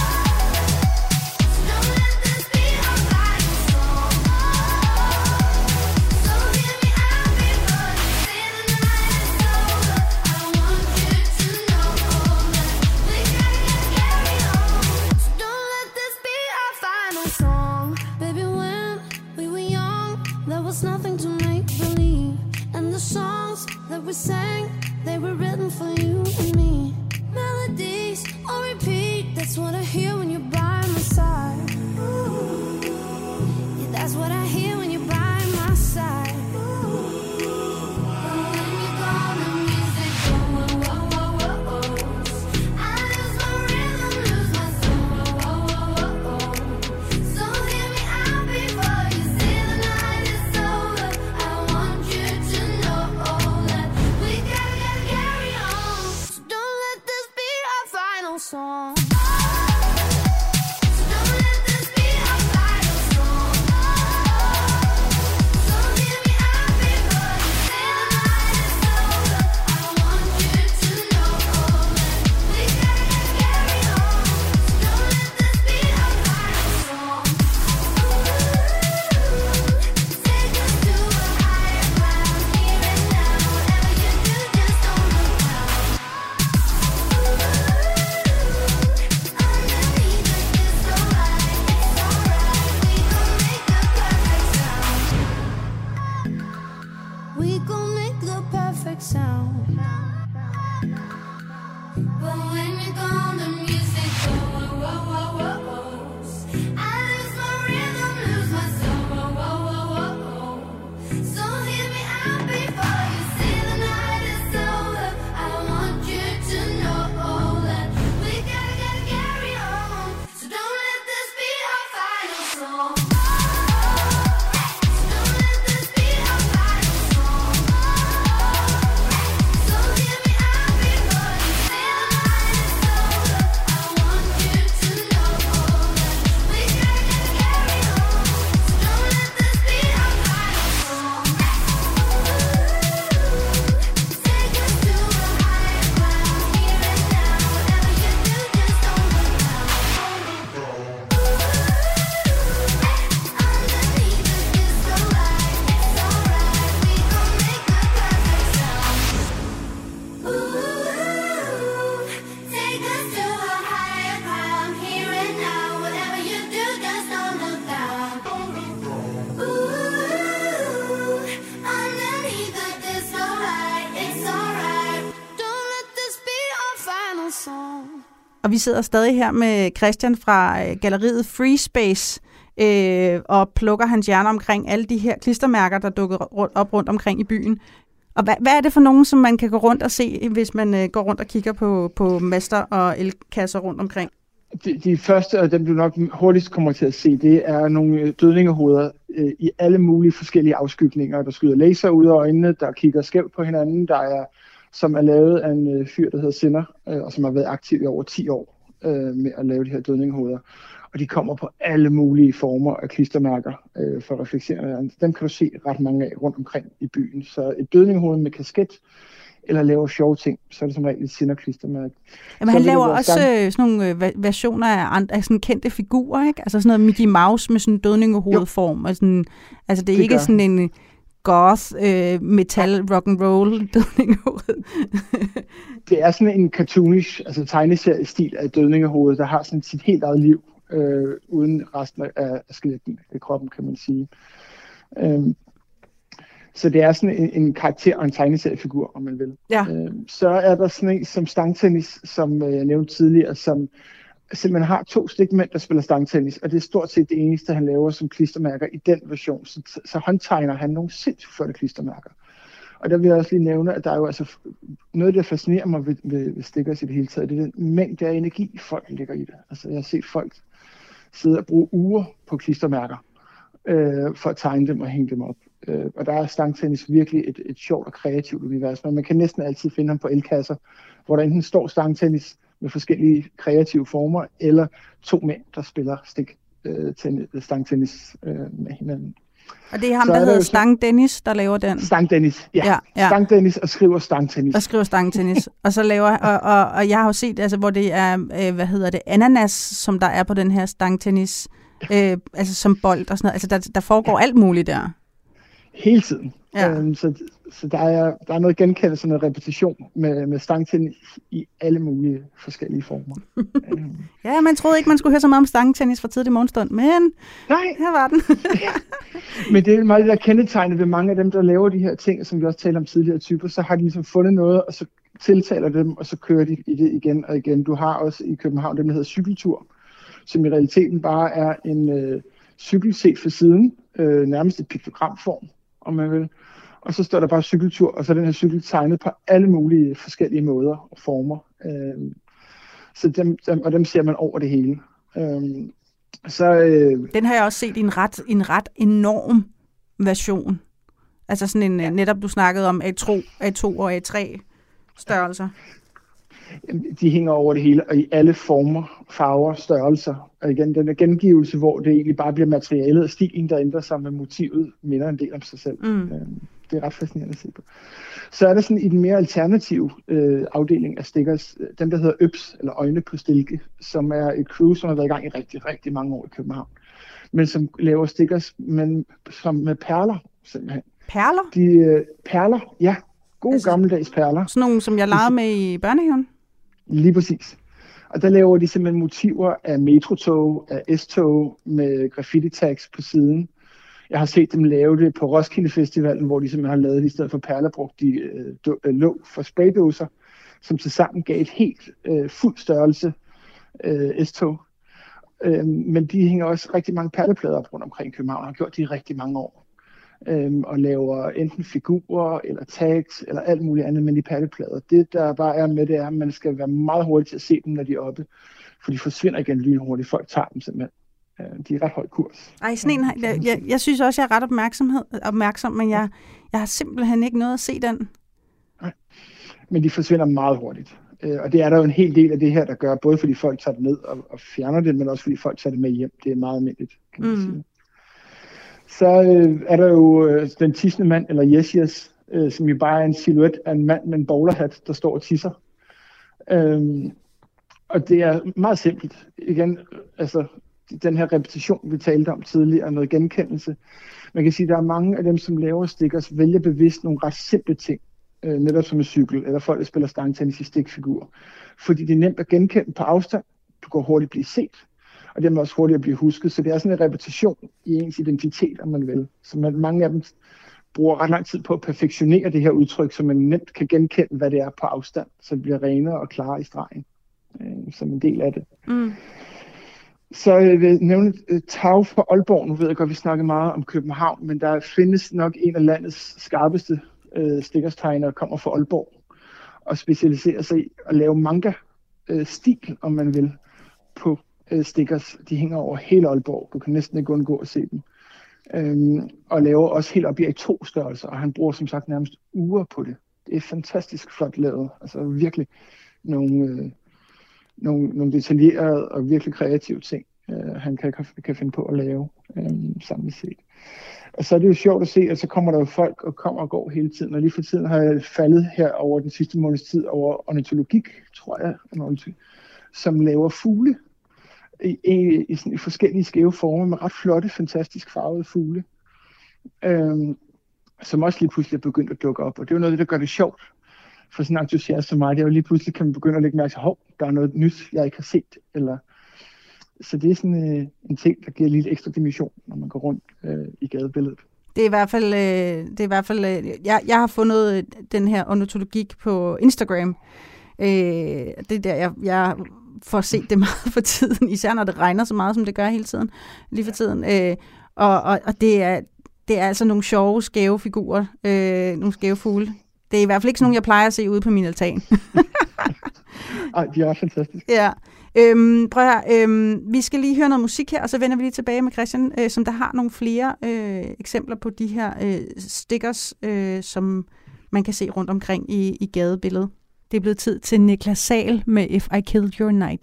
[SPEAKER 10] We sang, they were written for you and me. Melodies on repeat, that's what I hear when you're by my side. Ooh. Yeah, that's what I hear when you're by my side. Song.
[SPEAKER 3] Og vi sidder stadig her med Christian fra galleriet Free Space øh, og plukker hans hjerner omkring alle de her klistermærker, der dukker op rundt omkring i byen. Og hvad, hvad er det for nogen, som man kan gå rundt og se, hvis man øh, går rundt og kigger på, på master og elkasser rundt omkring?
[SPEAKER 9] De, de første, og dem du nok hurtigst kommer til at se, det er nogle dødningehoveder øh, i alle mulige forskellige afskygninger. Der skyder laser ud af øjnene, der kigger skævt på hinanden, der er, som er lavet af en øh, fyr, der hedder Sinner, øh, og som har været aktiv i over ti år øh, med at lave de her dødningehoveder. Og de kommer på alle mulige former af klistermærker øh, for reflekserende. Dem kan du se ret mange af rundt omkring i byen. Så et dødningehoved med kasket, eller laver sjove ting, så er det som regel et Sinner-klistermærke.
[SPEAKER 3] Jamen, han laver også øh, sådan nogle øh, versioner af, andre, af sådan kendte figurer, ikke? Altså sådan noget Mickey Mouse med sådan en dødningehovedform. Og sådan, altså det er det ikke gør. Sådan en goth, øh, metal, rock'n'roll dødningehoved.
[SPEAKER 9] Det er sådan en cartoonish, altså tegneseriestil af dødningehovedet, der har sådan sit helt eget liv, øh, uden resten af skeletten af kroppen, kan man sige. Øhm, Så det er sådan en, en karakter og en tegneseriefigur, om man vil.
[SPEAKER 3] Ja.
[SPEAKER 9] Øh, så er der sådan en som stangtennis, som øh, jeg nævnte tidligere, som simpelthen har to stikmænd, der spiller stangtennis, og det er stort set det eneste, han laver som klistermærker i den version. Så, så håndtegner han nogle sindssygt flotte klistermærker. Og der vil jeg også lige nævne, at der er jo altså noget, der fascinerer mig ved, ved, ved stickers i det hele taget, det er den mængde af energi, folk lægger i det. Altså jeg har set folk sidde og bruge uger på klistermærker, øh, for at tegne dem og hænge dem op. Øh, og der er stangtennis virkelig et, et sjovt og kreativt univers, men man kan næsten altid finde ham på elkasser, hvor der enten står stangtennis med forskellige kreative former, eller to mænd, der spiller stik, øh, tennis, stangtennis øh, med hinanden.
[SPEAKER 3] Og det er ham,
[SPEAKER 9] Så
[SPEAKER 3] der
[SPEAKER 9] er
[SPEAKER 3] hedder
[SPEAKER 9] der
[SPEAKER 3] Stang Dennis, der laver den?
[SPEAKER 9] Stang Dennis, ja.
[SPEAKER 3] ja, ja.
[SPEAKER 9] Stang Dennis og skriver stangtennis.
[SPEAKER 3] Og skriver stangtennis. og så laver og, og, og jeg har jo set, altså, hvor det er, øh, hvad hedder det, ananas, som der er på den her stangtennis, øh, altså som bold og sådan noget. Altså der, der foregår ja. alt muligt der. Hele
[SPEAKER 9] tiden. Ja. Øhm, så så der, er, der er noget genkendelse, noget repetition med, med stangtennis i alle mulige forskellige former. øhm.
[SPEAKER 3] Ja, man troede ikke, man skulle høre så meget om stangtennis fra tidlig morgenstund, men
[SPEAKER 9] Nej.
[SPEAKER 3] her var den.
[SPEAKER 9] ja. Men det er meget det der kendetegnet ved mange af dem, der laver de her ting, som vi også talte om tidligere typer, så har de ligesom fundet noget, og så tiltaler dem, og så kører de i det igen og igen. Du har også i København det, der hedder cykeltur, som i realiteten bare er en øh, cykel set for siden, øh, nærmest et piktogramform, om man vil. Og så står der bare cykeltur, og så er den her cykel tegnet på alle mulige forskellige måder og former. Øh, så dem, dem, og dem ser man over det hele. Øh, så, øh,
[SPEAKER 3] den har jeg også set i en ret, en ret enorm version. Altså sådan en, ja. netop du snakkede om A to, A to og A tre størrelser.
[SPEAKER 9] De hænger over det hele, og i alle former, farver, størrelser. Og igen, den er gengivelse, hvor det egentlig bare bliver materialet og stilen, der ændrer sig med motivet, minder en del om sig selv. Mm. Det er ret fascinerende at se på. Så er der sådan i den mere alternative øh, afdeling af stickers, den der hedder Øps, eller Øjne på Stilke, som er et crew, som har været i gang i rigtig, rigtig mange år i København. Men som laver stickers men, som med perler, simpelthen.
[SPEAKER 3] Perler?
[SPEAKER 9] De øh, perler, ja. Gode altså, gammeldags perler.
[SPEAKER 3] Sådan nogle, som jeg legede med i børnehaven?
[SPEAKER 9] Lige præcis. Og der laver de simpelthen motiver af metrotog, af S-tog med graffiti-tags på siden. Jeg har set dem lave det på Roskilde Festivalen, hvor de simpelthen har lavet det i stedet for perler, brugt de øh, låg for spraydåser, som tilsammen gav et helt øh, fuld størrelse øh, S-tog. Øh, men de hænger også rigtig mange perleplader op rundt omkring København, og har gjort det i rigtig mange år. Øhm, og laver enten figurer eller tags eller alt muligt andet med de perleplader. Det der bare er med det er, at man skal være meget hurtig til at se dem, når de er oppe, for de forsvinder igen lynhurtigt. Folk tager dem simpelthen. Øh, de er ret høj kurs.
[SPEAKER 3] Ej, sådan en, jeg, jeg, jeg synes også, jeg er ret opmærksomhed, opmærksom, men jeg, jeg har simpelthen ikke noget at se den.
[SPEAKER 9] Nej, men de forsvinder meget hurtigt. Øh, og det er der jo en hel del af det her, der gør, både fordi folk tager det ned og, og fjerner det, men også fordi folk tager det med hjem. Det er meget almindeligt, kan man mm. sige. Så øh, er der jo øh, den tissende mand, eller Yes Yes, øh, som jo bare er en silhuet af en mand med en bowlerhat, der står og tisser. Øhm, og det er meget simpelt. Igen, altså den her repetition, vi talte om tidligere, noget genkendelse. Man kan sige, at der er mange af dem, som laver stickers, vælger bevidst nogle ret simple ting, øh, netop som en cykel, eller folk, der spiller stangtennis i stikfigurer. Fordi det er nemt at genkende på afstand. Du kan hurtigt blive set. Og det er også hurtigt at blive husket. Så det er sådan en repetition i ens identitet, om man vil. Så man, mange af dem bruger ret lang tid på at perfektionere det her udtryk, så man nemt kan genkende, hvad det er på afstand. Så det bliver renere og klarere i stregen, øh, som en del af det. Mm. Så jeg vil nævne uh, Tau fra Aalborg. Nu ved jeg godt, vi snakker meget om København, men der findes nok en af landets skarpeste uh, stickerstegnere, kommer fra Aalborg, og specialiserer sig i at lave manga-stil, uh, om man vil, på øh, stickers. De hænger over hele Aalborg. Du kan næsten ikke undgå at se dem. Øhm, og laver også helt op i A to størrelser, og han bruger som sagt nærmest uger på det. Det er fantastisk flot lavet. Altså virkelig nogle, øh, nogle, nogle detaljerede og virkelig kreative ting, øh, han kan, kan finde på at lave øh, samlet set. Og så er det jo sjovt at se, at så kommer der jo folk og kommer og går hele tiden. Og lige for tiden har jeg faldet her over den sidste måneds tid over ornitologik, tror jeg, som laver fugle i, i, i, sådan, i forskellige skæve former med ret flotte, fantastisk farvede fugle. Øhm, som også lige pludselig er begyndt at dukke op. Og det er jo noget af det, der gør det sjovt for sådan en entusiast som mig. Det er jo lige pludselig, kan man begynde at lægge mærke til, hov, der er noget nyt, jeg ikke har set. Eller... Så det er sådan øh, en ting, der giver lidt ekstra dimension, når man går rundt øh, i gadebilledet.
[SPEAKER 3] Det er i hvert fald, øh, det er i hvert fald øh, jeg, jeg har fundet den her ornitologik på Instagram. Øh, det er der, jeg, jeg får set det meget for tiden, især når det regner så meget, som det gør hele tiden, lige for tiden. Øh, og, og, og det er, det er altså nogle sjove, skæve figurer, øh, nogle skæve fugle. Det er i hvert fald ikke sådan nogle, jeg plejer at se ude på min altan.
[SPEAKER 9] Ej, de er også fantastiske.
[SPEAKER 3] Ja. Øhm, prøv her, øhm, vi skal lige høre noget musik her, og så vender vi lige tilbage med Christian, øh, som der har nogle flere øh, eksempler på de her øh, stickers, øh, som man kan se rundt omkring i, i gadebilledet. Det er blevet tid til Niklas Sahl med If I Killed Your Night.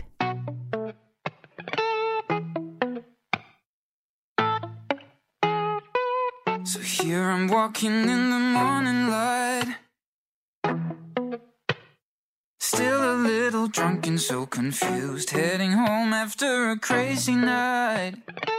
[SPEAKER 8] So here I'm walking in the morning light, still a little drunk and so confused, heading home after a crazy night.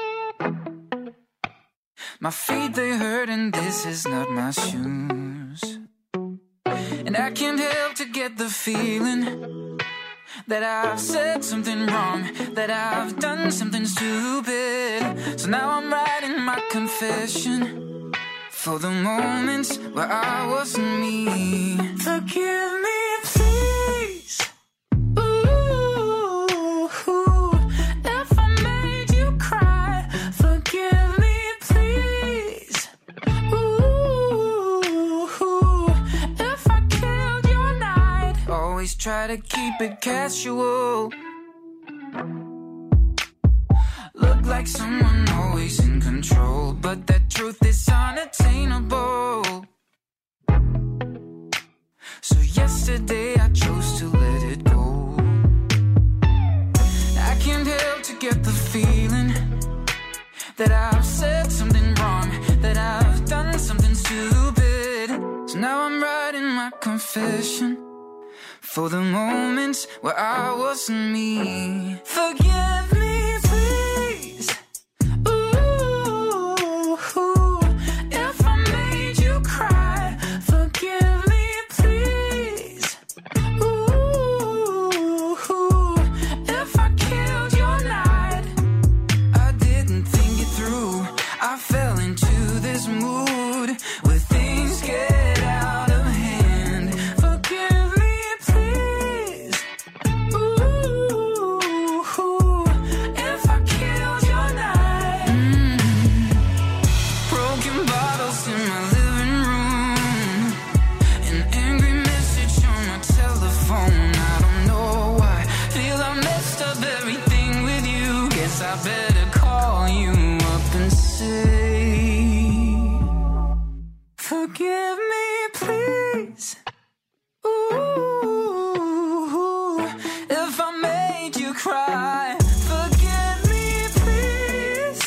[SPEAKER 8] My feet they hurt and this is not my shoes, and I can't help to get the feeling that I've said something wrong, that I've done something stupid. So now I'm writing my confession for the moments where I wasn't me. Forgive me, please. Ooh, if I made you cry. Forgive me, please. Ooh, if I killed your night. Always try to keep it casual. Look like someone always in control, but that truth is unattainable. So yesterday I chose to let it go. I can't help to get the feeling that I've said something wrong, that I've done something stupid. So now I'm writing my confession for the moments where I wasn't me. Forgive me. Forgive me, please. Ooh, if I made you cry. Forgive me, please.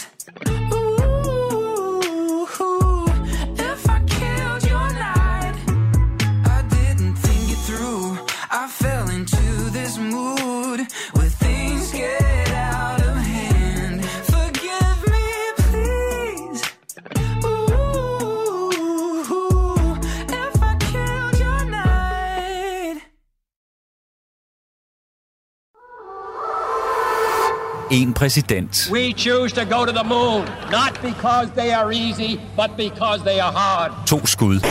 [SPEAKER 8] Ooh, if I killed your night. I didn't think it through. I fell into this mood where things get out of hand. Forgive me, please.
[SPEAKER 1] En præsident.
[SPEAKER 11] We choose to go to the moon, not because they are easy, but because they are hard.
[SPEAKER 1] To skud.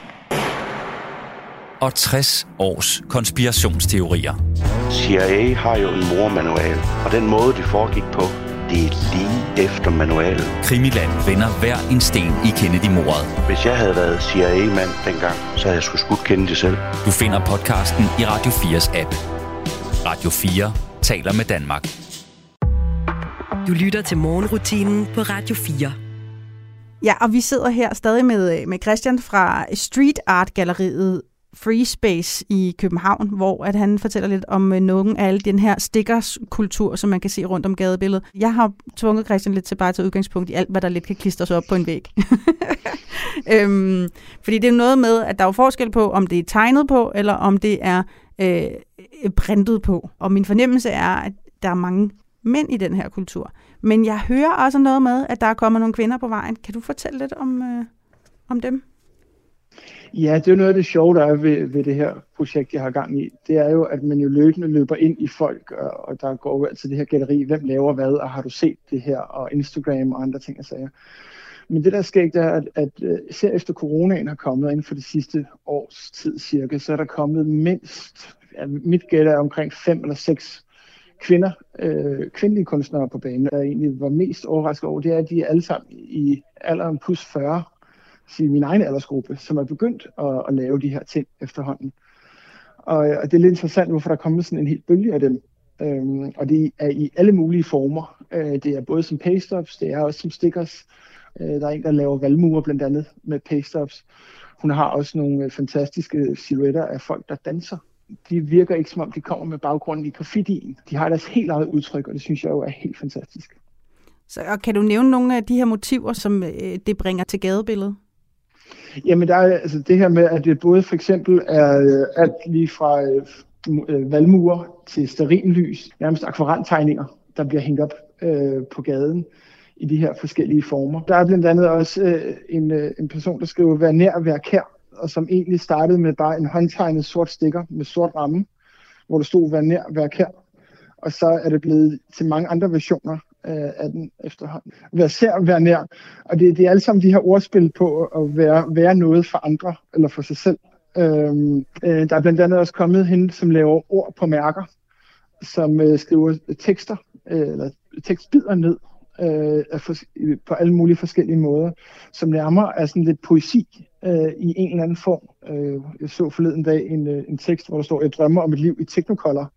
[SPEAKER 1] Og tres års konspirationsteorier.
[SPEAKER 12] C I A har jo en mormanual, og den måde, de foregik på, det er lige efter manualen.
[SPEAKER 1] Krimiland vender hver en sten i Kennedy-mordet.
[SPEAKER 12] Hvis jeg havde været C I A-mand dengang, så havde jeg sgu skudt Kennedy selv.
[SPEAKER 1] Du finder podcasten i Radio fires app. Radio fire taler med Danmark.
[SPEAKER 2] Du lytter til morgenrutinen på Radio fire.
[SPEAKER 3] Ja, og vi sidder her stadig med, med Christian fra Street Art Galleriet Free Space i København, hvor at han fortæller lidt om nogle af alle den her stickerskultur, som man kan se rundt om gadebilledet. Jeg har tvunget Christian lidt til bare at tage udgangspunkt i alt, hvad der lidt kan klistres op på en væg. øhm, fordi det er noget med, at der er forskel på, om det er tegnet på, eller om det er øh, printet på. Og min fornemmelse er, at der er mange mænd i den her kultur. Men jeg hører også noget med, at der er kommet nogle kvinder på vejen. Kan du fortælle lidt om, øh, om dem?
[SPEAKER 9] Ja, det er jo noget af det sjove, der er ved, ved det her projekt, jeg har gang i. Det er jo, at man jo løbende løber ind i folk, og, og der går jo altid det her galleri, hvem laver hvad, og har du set det her, og Instagram og andre ting og sager. Men det der sker, er, at, at især efter coronaen har kommet, inden for det sidste års tid cirka, så er der kommet mindst, ja, mit gæt er omkring fem eller seks kvinder, øh, kvindelige kunstnere på banen. Der egentlig var mest overrasket over, det er, at de er alle sammen i alderen plus fyrre, i min egen aldersgruppe, som er begyndt at, at lave de her ting efterhånden. Og, og det er lidt interessant, hvorfor der er kommet sådan en helt bølge af dem. Øhm, og det er i alle mulige former. Øh, det er både som paste-ups, det er også som stickers. Øh, der er en, der laver valmuer blandt andet med paste-ups. Hun har også nogle fantastiske silhuetter af folk, der danser. De virker ikke, som om de kommer med baggrunden i graffitien. De har deres helt eget udtryk, og det synes jeg jo er helt fantastisk.
[SPEAKER 3] Så og kan du nævne nogle af de her motiver, som øh, det bringer til gadebilledet?
[SPEAKER 9] Jamen der er altså det her med, at det både for eksempel er øh, alt lige fra øh, valmuer til stearinlys, nærmest akvareltegninger, der bliver hængt op øh, på gaden i de her forskellige former. Der er blandt andet også øh, en, øh, en person, der skriver, vær nær, vær kær, og som egentlig startede med bare en håndtegnet sort sticker med sort ramme, hvor der stod, vær nær, vær kær. Og så er det blevet til mange andre versioner af den efterhånden. Vær sær, vær nær. Og det, det er alle sammen de her ordspil på at være, være noget for andre, eller for sig selv. Øhm, øh, der er blandt andet også kommet hende, som laver ord på mærker, som øh, skriver tekster, øh, eller tekstbider ned, øh, for, på alle mulige forskellige måder, som nærmere er sådan lidt poesi øh, i en eller anden form. Øh, jeg så forleden dag en, øh, en tekst, hvor der står, jeg drømmer om et liv i Technicolor.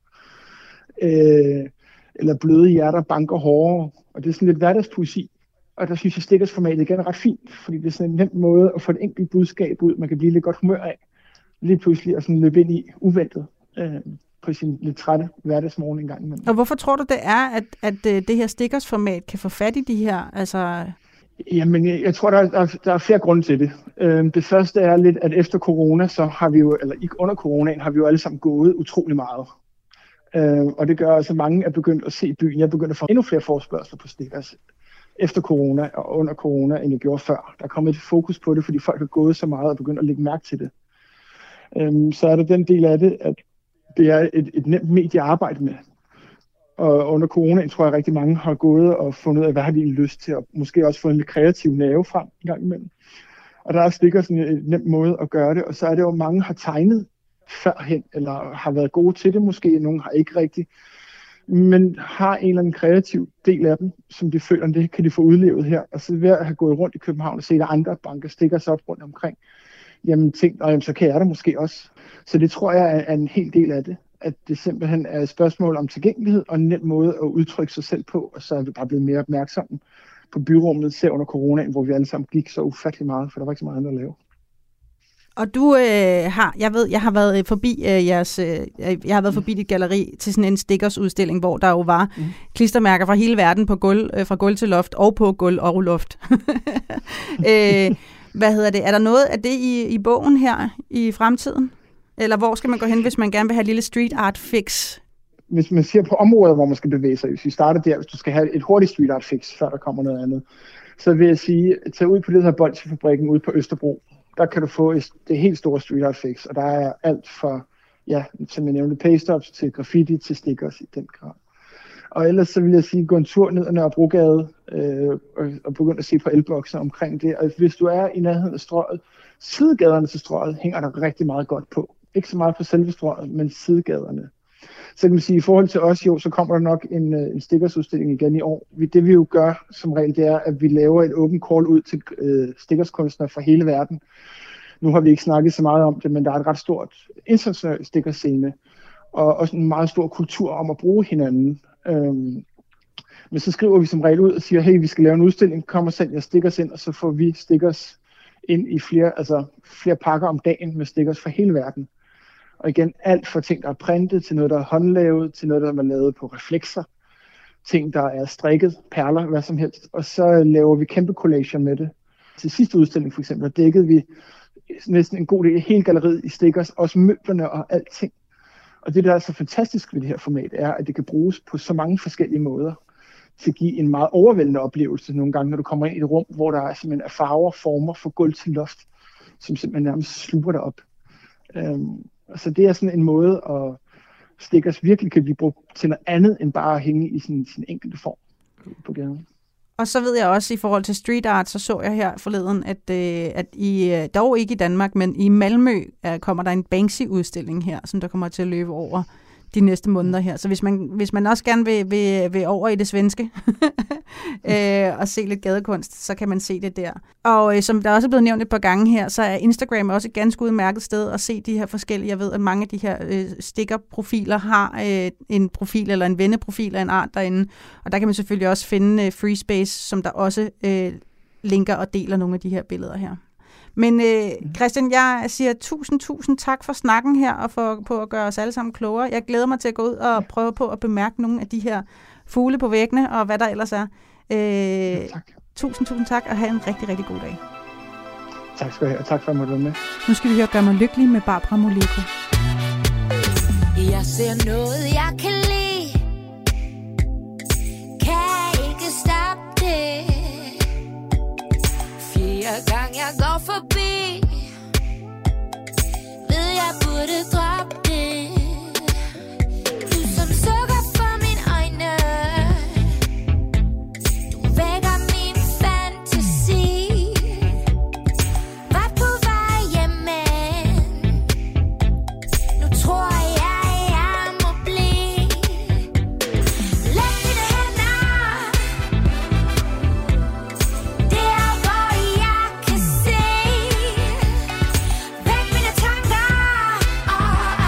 [SPEAKER 9] Øh, eller bløde hjerter banker hårdere, og det er sådan lidt hverdagspoesi. Og der synes jeg, stickersformatet igen er ret fint, fordi det er sådan en nem måde at få et enkelt budskab ud, man kan blive lidt godt humør af, lige pludselig og sådan løbe ind i uventet øh, på sin lidt trætte hverdagsmorgen en gang imellem.
[SPEAKER 3] Og hvorfor tror du, det er, at, at det her stickersformat kan få fat i de her? Altså...
[SPEAKER 9] Jamen, jeg tror, der er, der, der er flere grunde til det. Øh, det første er lidt, at efter corona, så har vi jo, eller ikke under coronaen, har vi jo alle sammen gået utrolig meget. Uh, og det gør altså, at mange er begyndt at se byen. Jeg er begyndt at få endnu flere forespørgsler på stickers efter corona og under corona, end jeg gjorde før. Der er kommet et fokus på det, fordi folk har gået så meget og begyndt at lægge mærke til det. Um, så er der den del af det, at det er et, et nemt medie at arbejde med. Og under corona tror jeg, at rigtig mange har gået og fundet ud af, hvad har de lyst til, og måske også fået en lidt kreativ nerve frem en gang imellem. Og der er stickers sådan en nem måde at gøre det, og så er det jo, at mange har tegnet førhen, eller har været gode til det måske, nogen har ikke rigtigt, men har en eller anden kreativ del af dem, som de føler, det kan de få udlevet her. Og så ved at have gået rundt i København og set andre banker stikker sig op rundt omkring, jamen tænkt, jamen, så kan jeg det måske også. Så det tror jeg er en hel del af det, at det simpelthen er et spørgsmål om tilgængelighed og en nem måde at udtrykke sig selv på, og så er vi bare blevet mere opmærksomme på byrummet, ser under coronaen, hvor vi alle sammen gik så ufattelig meget, for der var ikke så meget andet at lave.
[SPEAKER 3] Og du øh, har, jeg ved, jeg har været forbi øh, jeres, øh, jeg har været forbi dit galleri til sådan en stickersudstilling, hvor der jo var mm. klistermærker fra hele verden på gulv, øh, fra gulv til loft og på gulv og loft. øh, hvad hedder det? Er der noget af det i, i bogen her i fremtiden? Eller hvor skal man gå hen, hvis man gerne vil have et lille street art fix?
[SPEAKER 9] Hvis man ser på områder, hvor man skal bevæge sig, hvis vi starter der, hvis du skal have et hurtigt street art fix, før der kommer noget andet, så vil jeg sige, tag ud på det her Bolsjefabrikken ude på Østerbro. Der kan du få det helt store street art fix, og der er alt fra, ja, som jeg nævnte, paste-ups til graffiti til stickers i den grad. Og ellers så vil jeg sige, gå en tur ned ad Nørrebrogade øh, og, og begynde at se på elbokser omkring det. Og hvis du er i nærheden af strøget, sidegaderne til strøget hænger der rigtig meget godt på. Ikke så meget på selve strøget, men sidegaderne. Så kan man sige, i forhold til os jo, så kommer der nok en, en stickersudstilling igen i år. Vi, det vi jo gør som regel, det er, at vi laver et open call ud til øh, stickerskunstnere fra hele verden. Nu har vi ikke snakket så meget om det, men der er et ret stort internationalt stickerscene, og også en meget stor kultur om at bruge hinanden. Øhm, Men så skriver vi som regel ud og siger, hey, vi skal lave en udstilling, kom og send jer stickers ind, og så får vi stickers ind i flere, altså flere pakker om dagen med stickers fra hele verden. Og igen, alt fra ting, der er printet, til noget, der er håndlavet, til noget, der er lavet på reflekser, ting, der er strikket, perler, hvad som helst. Og så laver vi kæmpe collager med det. Til sidste udstilling for eksempel, der dækkede vi næsten en god del af hele galleriet i stickers, også møblerne og alting. Og det, der er så fantastisk ved det her format, er, at det kan bruges på så mange forskellige måder til at give en meget overvældende oplevelse nogle gange, når du kommer ind i et rum, hvor der er simpelthen er farver, former fra gulv til loft, som simpelthen nærmest sluger dig op. Um, så det er sådan en måde, at stickers virkelig kan blive brugt til noget andet, end bare at hænge i sin, sin enkelte form på gaden.
[SPEAKER 3] Og så ved jeg også, i forhold til street art, så så jeg her forleden, at, øh, at i, dog ikke i Danmark, men i Malmø øh, kommer der en Banksy-udstilling her, som der kommer til at løbe over de næste måneder her. Så hvis man, hvis man også gerne vil, vil, vil over i det svenske øh, og se lidt gadekunst, så kan man se det der. Og øh, som der også er blevet nævnt et par gange her, så er Instagram også et ganske udmærket sted at se de her forskellige. Jeg ved, at mange af de her øh, sticker-profiler har øh, en profil eller en venneprofil af en art derinde. Og der kan man selvfølgelig også finde øh, Freespace, som der også øh, linker og deler nogle af de her billeder her. Men øh, Christian, jeg siger tusind, tusind tak for snakken her, og for på at gøre os alle sammen klogere. Jeg glæder mig til at gå ud og prøve på at bemærke nogle af de her fugle på væggene, og hvad der ellers er. Øh,
[SPEAKER 9] ja, tak.
[SPEAKER 3] Tusind, tusind tak, og have en rigtig, rigtig god dag.
[SPEAKER 9] Tak skal du have, og tak for at måtte være med.
[SPEAKER 3] Nu skal vi høre Gør mig lykkelig med Barbara Moleko.
[SPEAKER 10] Jeg ser noget, jeg kan lide. Kan ikke stoppe det. Fjerde gang jeg går forbi, ved jeg burde droppe det. Du som sukker for mine øjne, du vækker min fantasi. Var på vej hjemme, nu tror jeg, jeg må blive. Læg dine hænder der, hvor jeg kan se. Væk mine tanker, og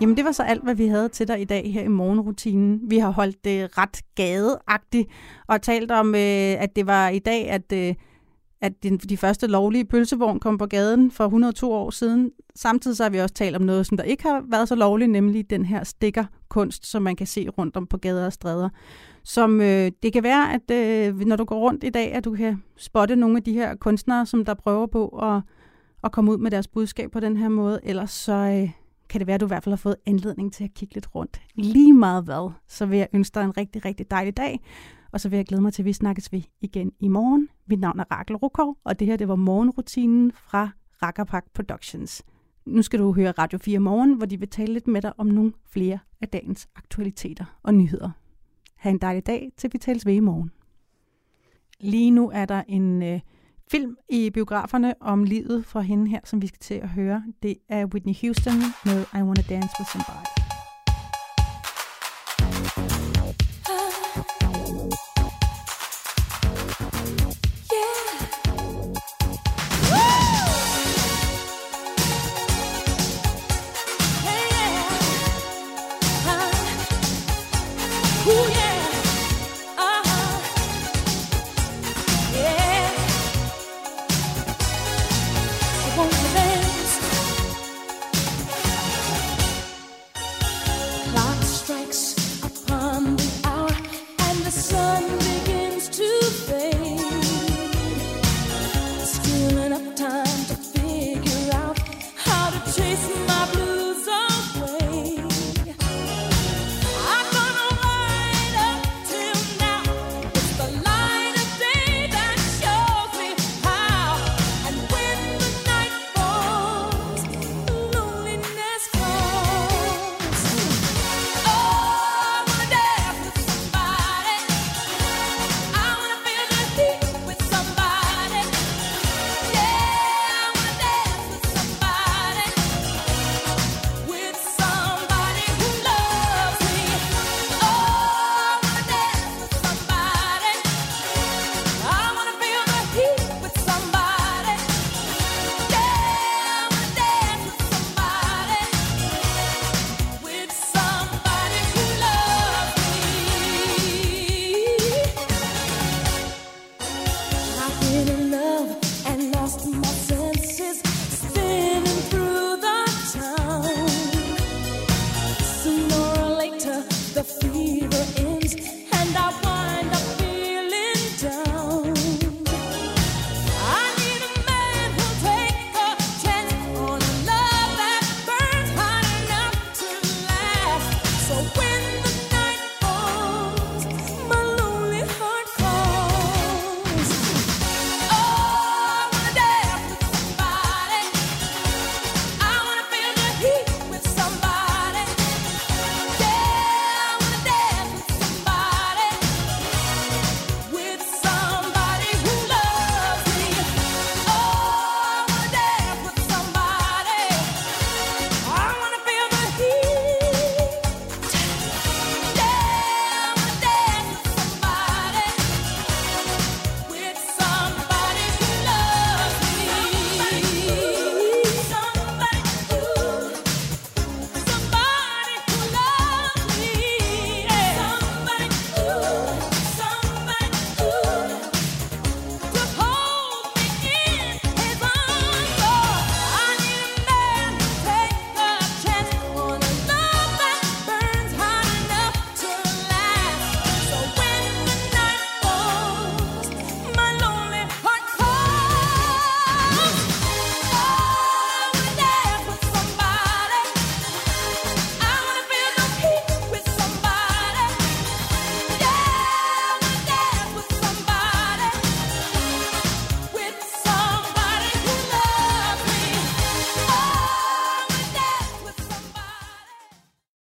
[SPEAKER 3] Jamen det var så alt, hvad vi havde til dig i dag her i morgenrutinen. Vi har holdt det ret gadeagtigt og talt om, øh, at det var i dag, at, øh, at de, de første lovlige pølsevogn kom på gaden for hundrede og to år siden. Samtidig så har vi også talt om noget, som der ikke har været så lovligt, nemlig den her stikkerkunst, som man kan se rundt om på gader og stræder. Som øh, det kan være, at øh, når du går rundt i dag, at du kan spotte nogle af de her kunstnere, som der prøver på at, at komme ud med deres budskab på den her måde. Ellers så øh, kan det være, at du i hvert fald har fået anledning til at kigge lidt rundt. Lige meget hvad, så vil jeg ønske dig en rigtig, rigtig dejlig dag. Og så vil jeg glæde mig til, at vi snakkes ved igen i morgen. Mit navn er Rakel Rukov, og det her det var morgenrutinen fra Rakkerpak Productions. Nu skal du høre Radio fire Morgen, hvor de vil tale lidt med dig om nogle flere af dagens aktualiteter og nyheder. Ha' en dejlig dag, til vi tales ved i morgen. Lige nu er der en øh, film i biograferne om livet fra hende her, som vi skal til at høre. Det er Whitney Houston med I Wanna Dance With Somebody.